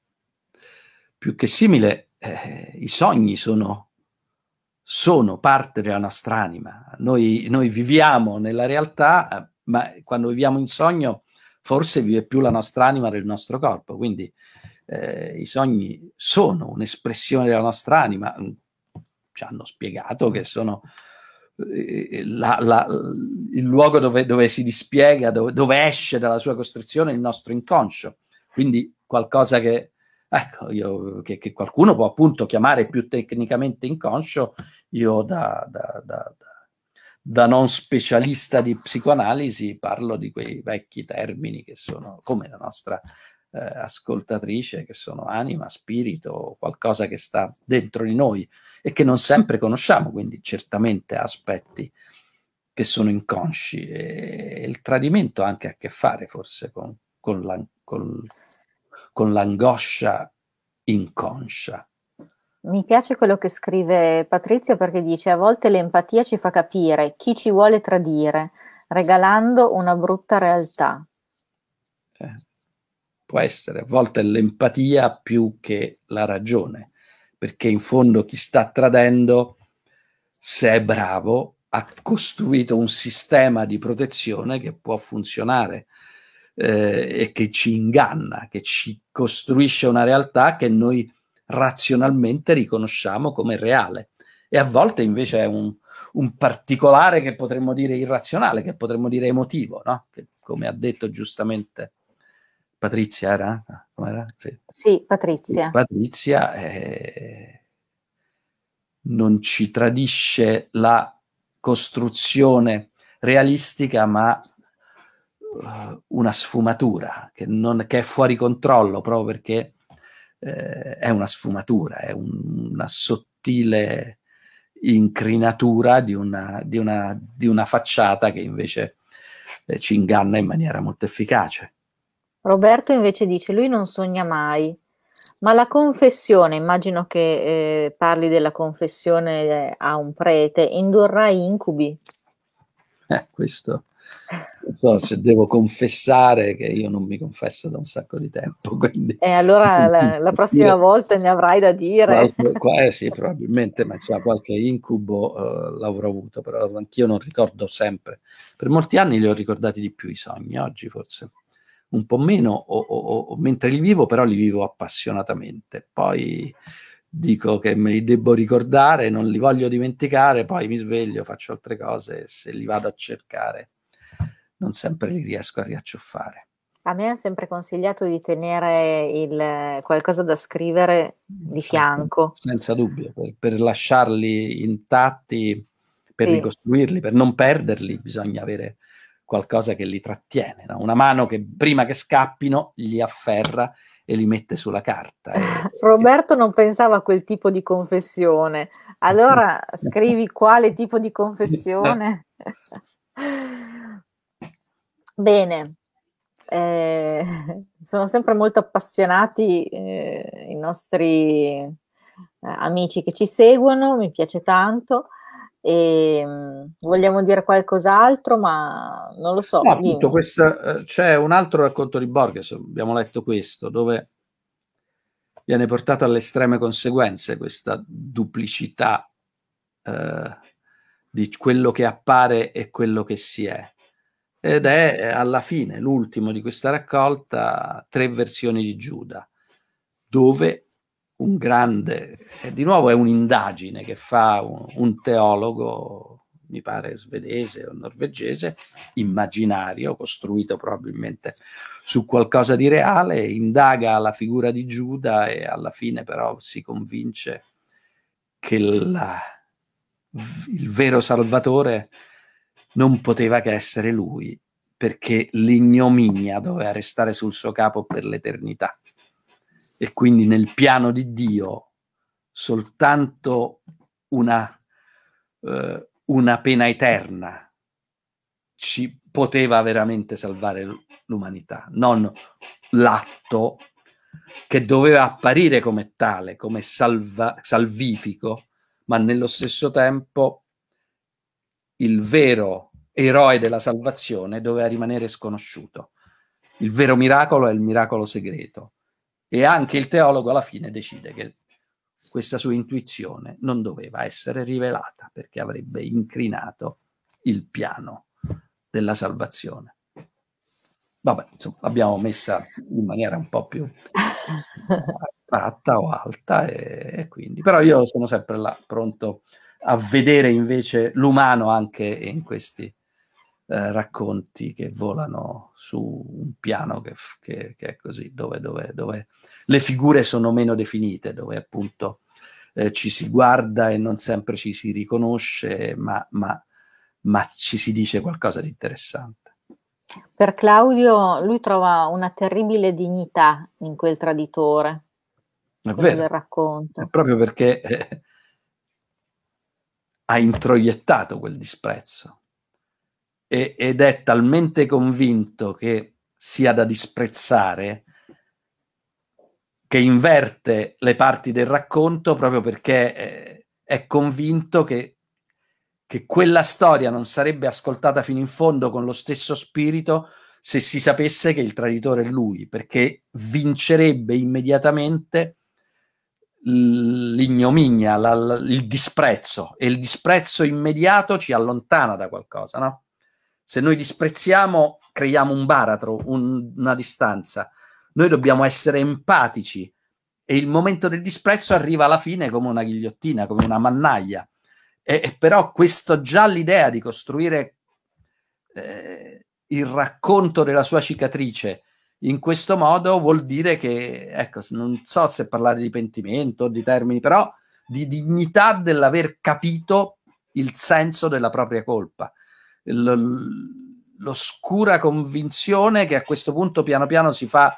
S2: più che simile, eh, i sogni sono, sono parte della nostra anima. Noi, noi viviamo nella realtà, ma quando viviamo in sogno forse vive più la nostra anima del nostro corpo, quindi eh, i sogni sono un'espressione della nostra anima. Ci hanno spiegato che sono eh, la, la, il luogo dove, dove si dispiega, dove, dove esce dalla sua costruzione il nostro inconscio, quindi qualcosa che, ecco, io, che, che qualcuno può appunto chiamare più tecnicamente inconscio. Io da, da, da, da da non specialista di psicoanalisi parlo di quei vecchi termini che sono come la nostra eh, ascoltatrice, che sono anima, spirito, qualcosa che sta dentro di noi e che non sempre conosciamo, quindi certamente aspetti che sono inconsci, e il tradimento ha anche a che fare forse con, con, la, con, con l'angoscia inconscia.
S1: Mi piace quello che scrive Patrizia, perché dice: a volte l'empatia ci fa capire chi ci vuole tradire, regalando una brutta realtà.
S2: Eh, può essere, a volte è l'empatia più che la ragione, perché in fondo chi sta tradendo, se è bravo, ha costruito un sistema di protezione che può funzionare eh, e che ci inganna, che ci costruisce una realtà che noi razionalmente riconosciamo come reale, e a volte invece è un, un particolare che potremmo dire irrazionale, che potremmo dire emotivo, no? Che, come ha detto giustamente Patrizia, era? Com'era? Sì.
S1: Sì, Patrizia.
S2: Sì, Patrizia eh, non ci tradisce la costruzione realistica, ma uh, una sfumatura che, non, che è fuori controllo, proprio perché eh, è una sfumatura, è un, una sottile incrinatura di una, di una, di una facciata che invece eh, ci inganna in maniera molto efficace.
S1: Roberto invece dice: lui non sogna mai, ma la confessione, immagino che eh, parli della confessione eh, a un prete, indurrà incubi.
S2: Eh, questo non so se devo confessare che io non mi confesso da un sacco di tempo, quindi
S1: E allora la, la prossima volta ne avrai da dire.
S2: qualche, qua, eh sì, probabilmente, ma insomma, qualche incubo uh, l'avrò avuto, però anch'io non ricordo sempre. Per molti anni li ho ricordati di più i sogni, oggi forse un po' meno, o, o, o mentre li vivo, però li vivo appassionatamente. Poi dico che me li devo ricordare, non li voglio dimenticare, poi mi sveglio, faccio altre cose e se li vado a cercare non sempre li riesco a riacciuffare.
S1: A me ha sempre consigliato di tenere il, qualcosa da scrivere di fianco.
S2: Senza dubbio, per, per lasciarli intatti, per
S1: Sì.
S2: ricostruirli, per non perderli, bisogna avere qualcosa che li trattiene, no? Una mano che prima che scappino li afferra e li mette sulla carta. E...
S1: Roberto non pensava a quel tipo di confessione. Allora scrivi quale tipo di confessione? Bene, eh, sono sempre molto appassionati eh, i nostri eh, amici che ci seguono, mi piace tanto. E, mh, vogliamo dire qualcos'altro, ma non lo so,
S2: No, appunto,
S1: dimmi.
S2: questa, eh, c'è un altro racconto di Borges, abbiamo letto questo, dove viene portata alle estreme conseguenze questa duplicità eh, di quello che appare e quello che si è. Ed è alla fine, l'ultimo di questa raccolta, tre versioni di Giuda, dove un grande, e di nuovo è un'indagine che fa un, un teologo, mi pare svedese o norvegese, immaginario, costruito probabilmente su qualcosa di reale, indaga la figura di Giuda e alla fine però si convince che la, il vero Salvatore non poteva che essere lui, perché l'ignominia doveva restare sul suo capo per l'eternità. E quindi nel piano di Dio soltanto una, eh, una pena eterna ci poteva veramente salvare l'umanità, non l'atto che doveva apparire come tale, come salva, salvifico, ma nello stesso tempo il vero eroe della salvazione doveva rimanere sconosciuto. Il vero miracolo è il miracolo segreto. E anche il teologo alla fine decide che questa sua intuizione non doveva essere rivelata perché avrebbe incrinato il piano della salvazione. Vabbè, insomma, l'abbiamo messa in maniera un po' più astratta o alta e, e quindi, però io sono sempre là pronto a vedere invece l'umano anche in questi eh, racconti che volano su un piano che, che, che è così, dove, dove, dove le figure sono meno definite, dove appunto eh, ci si guarda e non sempre ci si riconosce, ma, ma, ma ci si dice qualcosa di interessante.
S1: Per Claudio, lui trova una terribile dignità in quel traditore,
S2: È
S1: quello
S2: vero,
S1: del
S2: è
S1: racconto.
S2: proprio perché eh, ha introiettato quel disprezzo e, ed è talmente convinto che sia da disprezzare che inverte le parti del racconto proprio perché eh, è convinto che, che quella storia non sarebbe ascoltata fino in fondo con lo stesso spirito se si sapesse che il traditore è lui, perché vincerebbe immediatamente l'ignominia, la, la, il disprezzo, e il disprezzo immediato ci allontana da qualcosa, no? Se noi disprezziamo, creiamo un baratro, un, una distanza. Noi dobbiamo essere empatici e il momento del disprezzo arriva alla fine come una ghigliottina, come una mannaia. E, e però questo già l'idea di costruire eh, il racconto della sua cicatrice in questo modo vuol dire che, ecco, non so se parlare di pentimento o di termini, però di dignità dell'aver capito il senso della propria colpa. L- l'oscura convinzione che a questo punto piano piano si fa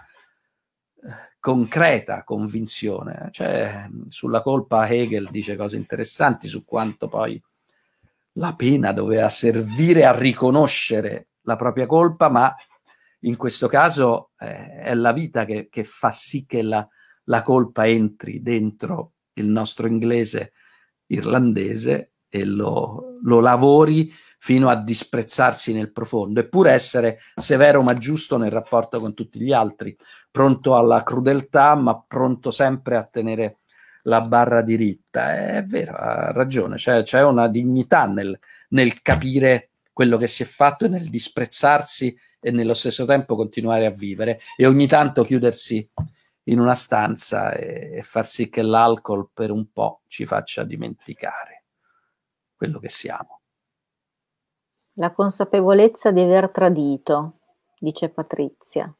S2: concreta convinzione. Cioè, sulla colpa Hegel dice cose interessanti su quanto poi la pena doveva servire a riconoscere la propria colpa, ma in questo caso eh, è la vita che, che fa sì che la, la colpa entri dentro il nostro inglese irlandese e lo, lo lavori fino a disprezzarsi nel profondo, eppure essere severo ma giusto nel rapporto con tutti gli altri, pronto alla crudeltà, ma pronto sempre a tenere la barra diritta. È vero, ha ragione, cioè, c'è una dignità nel, nel capire quello che si è fatto e nel disprezzarsi e nello stesso tempo continuare a vivere e ogni tanto chiudersi in una stanza e, e far sì che l'alcol per un po' ci faccia dimenticare quello che siamo.
S1: La consapevolezza di aver tradito, dice Patrizia.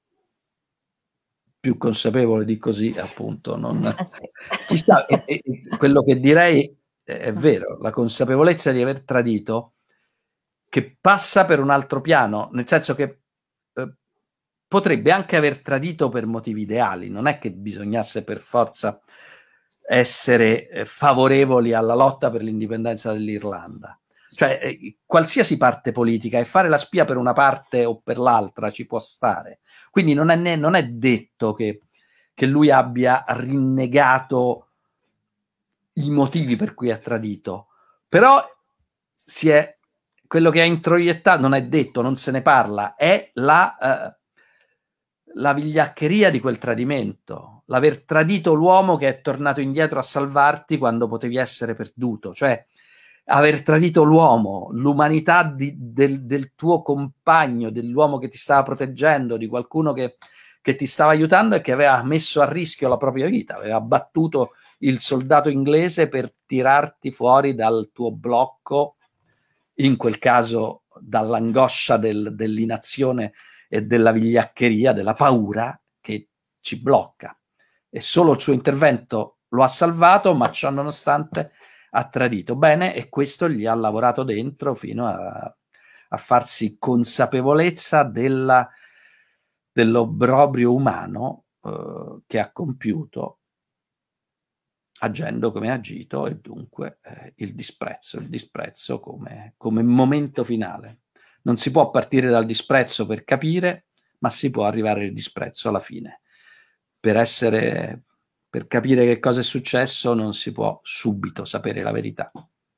S2: Più consapevole di così, appunto, non...
S1: Eh sì.
S2: Chissà, e, e, quello che direi è vero, la consapevolezza di aver tradito che passa per un altro piano, nel senso che eh, potrebbe anche aver tradito per motivi ideali, non è che bisognasse per forza essere eh, favorevoli alla lotta per l'indipendenza dell'Irlanda. Cioè, eh, qualsiasi parte politica e fare la spia per una parte o per l'altra ci può stare. Quindi non è, ne, non è detto che, che lui abbia rinnegato i motivi per cui ha tradito, però si è, quello che ha introiettato, non è detto, non se ne parla, è la, eh, la vigliaccheria di quel tradimento, l'aver tradito l'uomo che è tornato indietro a salvarti quando potevi essere perduto, cioè aver tradito l'uomo, l'umanità di, del, del tuo compagno, dell'uomo che ti stava proteggendo, di qualcuno che, che ti stava aiutando e che aveva messo a rischio la propria vita, aveva battuto il soldato inglese per tirarti fuori dal tuo blocco, in quel caso dall'angoscia del, dell'inazione e della vigliaccheria, della paura che ci blocca. E solo il suo intervento lo ha salvato, ma ciò nonostante ha tradito. Bene, e questo gli ha lavorato dentro fino a, a farsi consapevolezza della, dell'obbrobrio umano eh, che ha compiuto agendo come ha agito e dunque eh, il disprezzo, il disprezzo come, come momento finale. Non si può partire dal disprezzo per capire, ma si può arrivare al disprezzo alla fine. Per essere, per capire che cosa è successo non si può subito sapere la verità.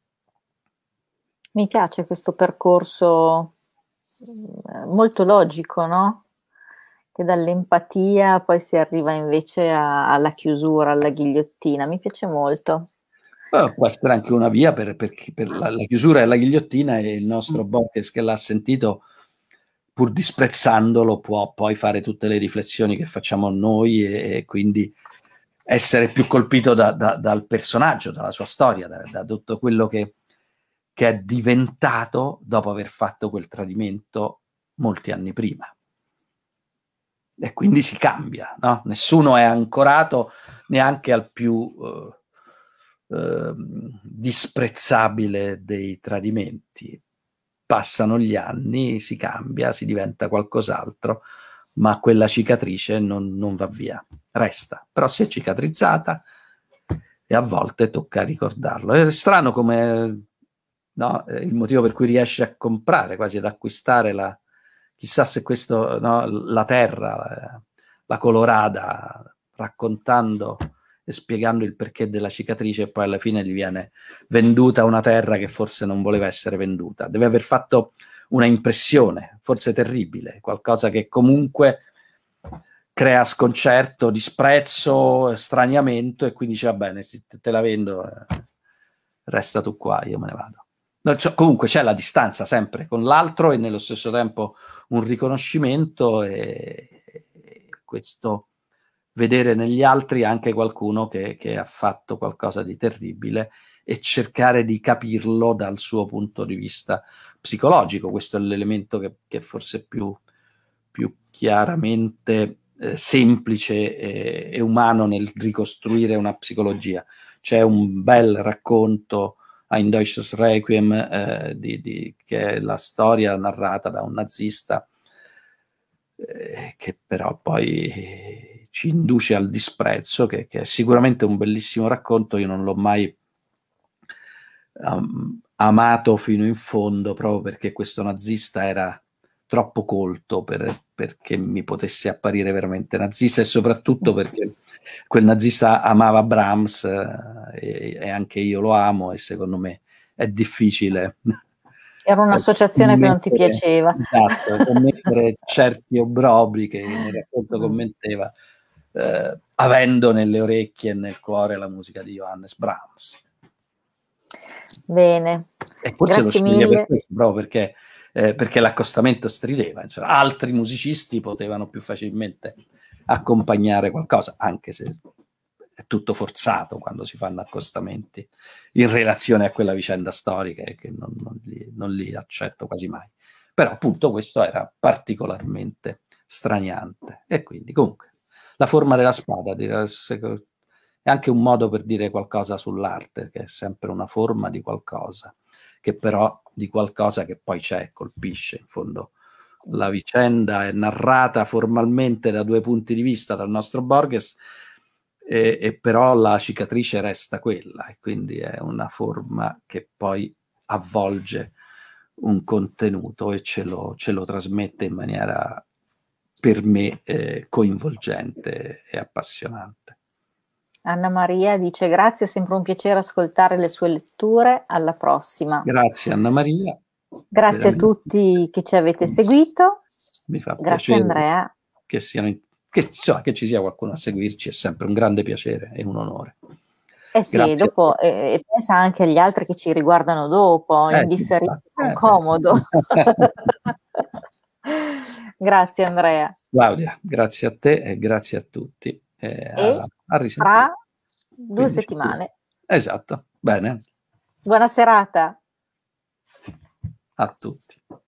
S1: Mi piace questo percorso molto logico, no? Che dall'empatia poi si arriva invece a, alla chiusura, alla ghigliottina. Mi piace molto.
S2: Però può essere anche una via per, per, per la, la chiusura e la ghigliottina, e il nostro Borges che l'ha sentito, pur disprezzandolo, può poi fare tutte le riflessioni che facciamo noi e, e quindi essere più colpito da, da, dal personaggio, dalla sua storia, da, da tutto quello che, che è diventato dopo aver fatto quel tradimento molti anni prima. E quindi si cambia, no? Nessuno è ancorato neanche al più eh, eh, disprezzabile dei tradimenti. passano gli anni, si cambia, si diventa qualcos'altro, ma quella cicatrice non, non va via, resta, però si è cicatrizzata e a volte tocca ricordarlo. È strano come, no, il motivo per cui riesce a comprare, quasi ad acquistare la, chissà se questo, no, la terra, la Colorada, raccontando e spiegando il perché della cicatrice, e poi alla fine gli viene venduta una terra che forse non voleva essere venduta. Deve aver fatto una impressione, forse terribile, qualcosa che comunque crea sconcerto, disprezzo, straniamento, e quindi dice va bene, te la vendo, eh, resta tu qua, io me ne vado. No, cioè, comunque c'è la distanza sempre con l'altro e nello stesso tempo un riconoscimento, e, e questo vedere negli altri anche qualcuno che, che ha fatto qualcosa di terribile e cercare di capirlo dal suo punto di vista psicologico. Questo è l'elemento che, che forse è più, più chiaramente eh, semplice e, e umano nel ricostruire una psicologia. C'è un bel racconto, Ein Deutsches Requiem, eh, di, di, che è la storia narrata da un nazista, eh, che però poi ci induce al disprezzo, che, che è sicuramente un bellissimo racconto. Io non l'ho mai um, amato fino in fondo, proprio perché questo nazista era troppo colto per, perché mi potesse apparire veramente nazista, e soprattutto perché quel nazista amava Brahms, eh, e, e anche io lo amo, e secondo me è difficile.
S1: Era un'associazione che non ti piaceva.
S2: Esatto, commettere certi obbrobri che nel racconto commetteva, eh, avendo nelle orecchie e nel cuore la musica di Johannes Brahms.
S1: Bene,
S2: e forse
S1: grazie
S2: lo sceglie
S1: mille.
S2: Per questo, proprio perché, eh, perché l'accostamento strideva. Insomma, altri musicisti potevano più facilmente accompagnare qualcosa, anche se è tutto forzato quando si fanno accostamenti in relazione a quella vicenda storica, che non, non, li, non li accetto quasi mai. Però appunto questo era particolarmente straniante. E quindi comunque la forma della spada è anche un modo per dire qualcosa sull'arte, che è sempre una forma di qualcosa, che però di qualcosa che poi c'è, colpisce. In fondo la vicenda è narrata formalmente da due punti di vista, dal nostro Borges, e, e però la cicatrice resta quella, e quindi è una forma che poi avvolge un contenuto e ce lo, ce lo trasmette in maniera, per me, eh, coinvolgente e appassionante.
S1: Anna Maria dice grazie, è sempre un piacere ascoltare le sue letture, alla prossima.
S2: Grazie Anna Maria.
S1: Grazie a tutti che ci avete seguito.
S2: Mi fa
S1: Grazie
S2: piacere
S1: Andrea.
S2: Che, siano, che, cioè, che ci sia qualcuno a seguirci, è sempre un grande piacere e un onore.
S1: Eh sì, e dopo eh, e pensa anche agli altri che ci riguardano dopo,
S2: eh,
S1: indifferito,
S2: sì,
S1: con
S2: eh,
S1: comodo. Grazie Andrea.
S2: Claudia, grazie a te e grazie a tutti. Eh,
S1: E
S2: a, a risentire.
S1: fra due settimane.
S2: Esatto, bene.
S1: Buona serata.
S2: A tutti.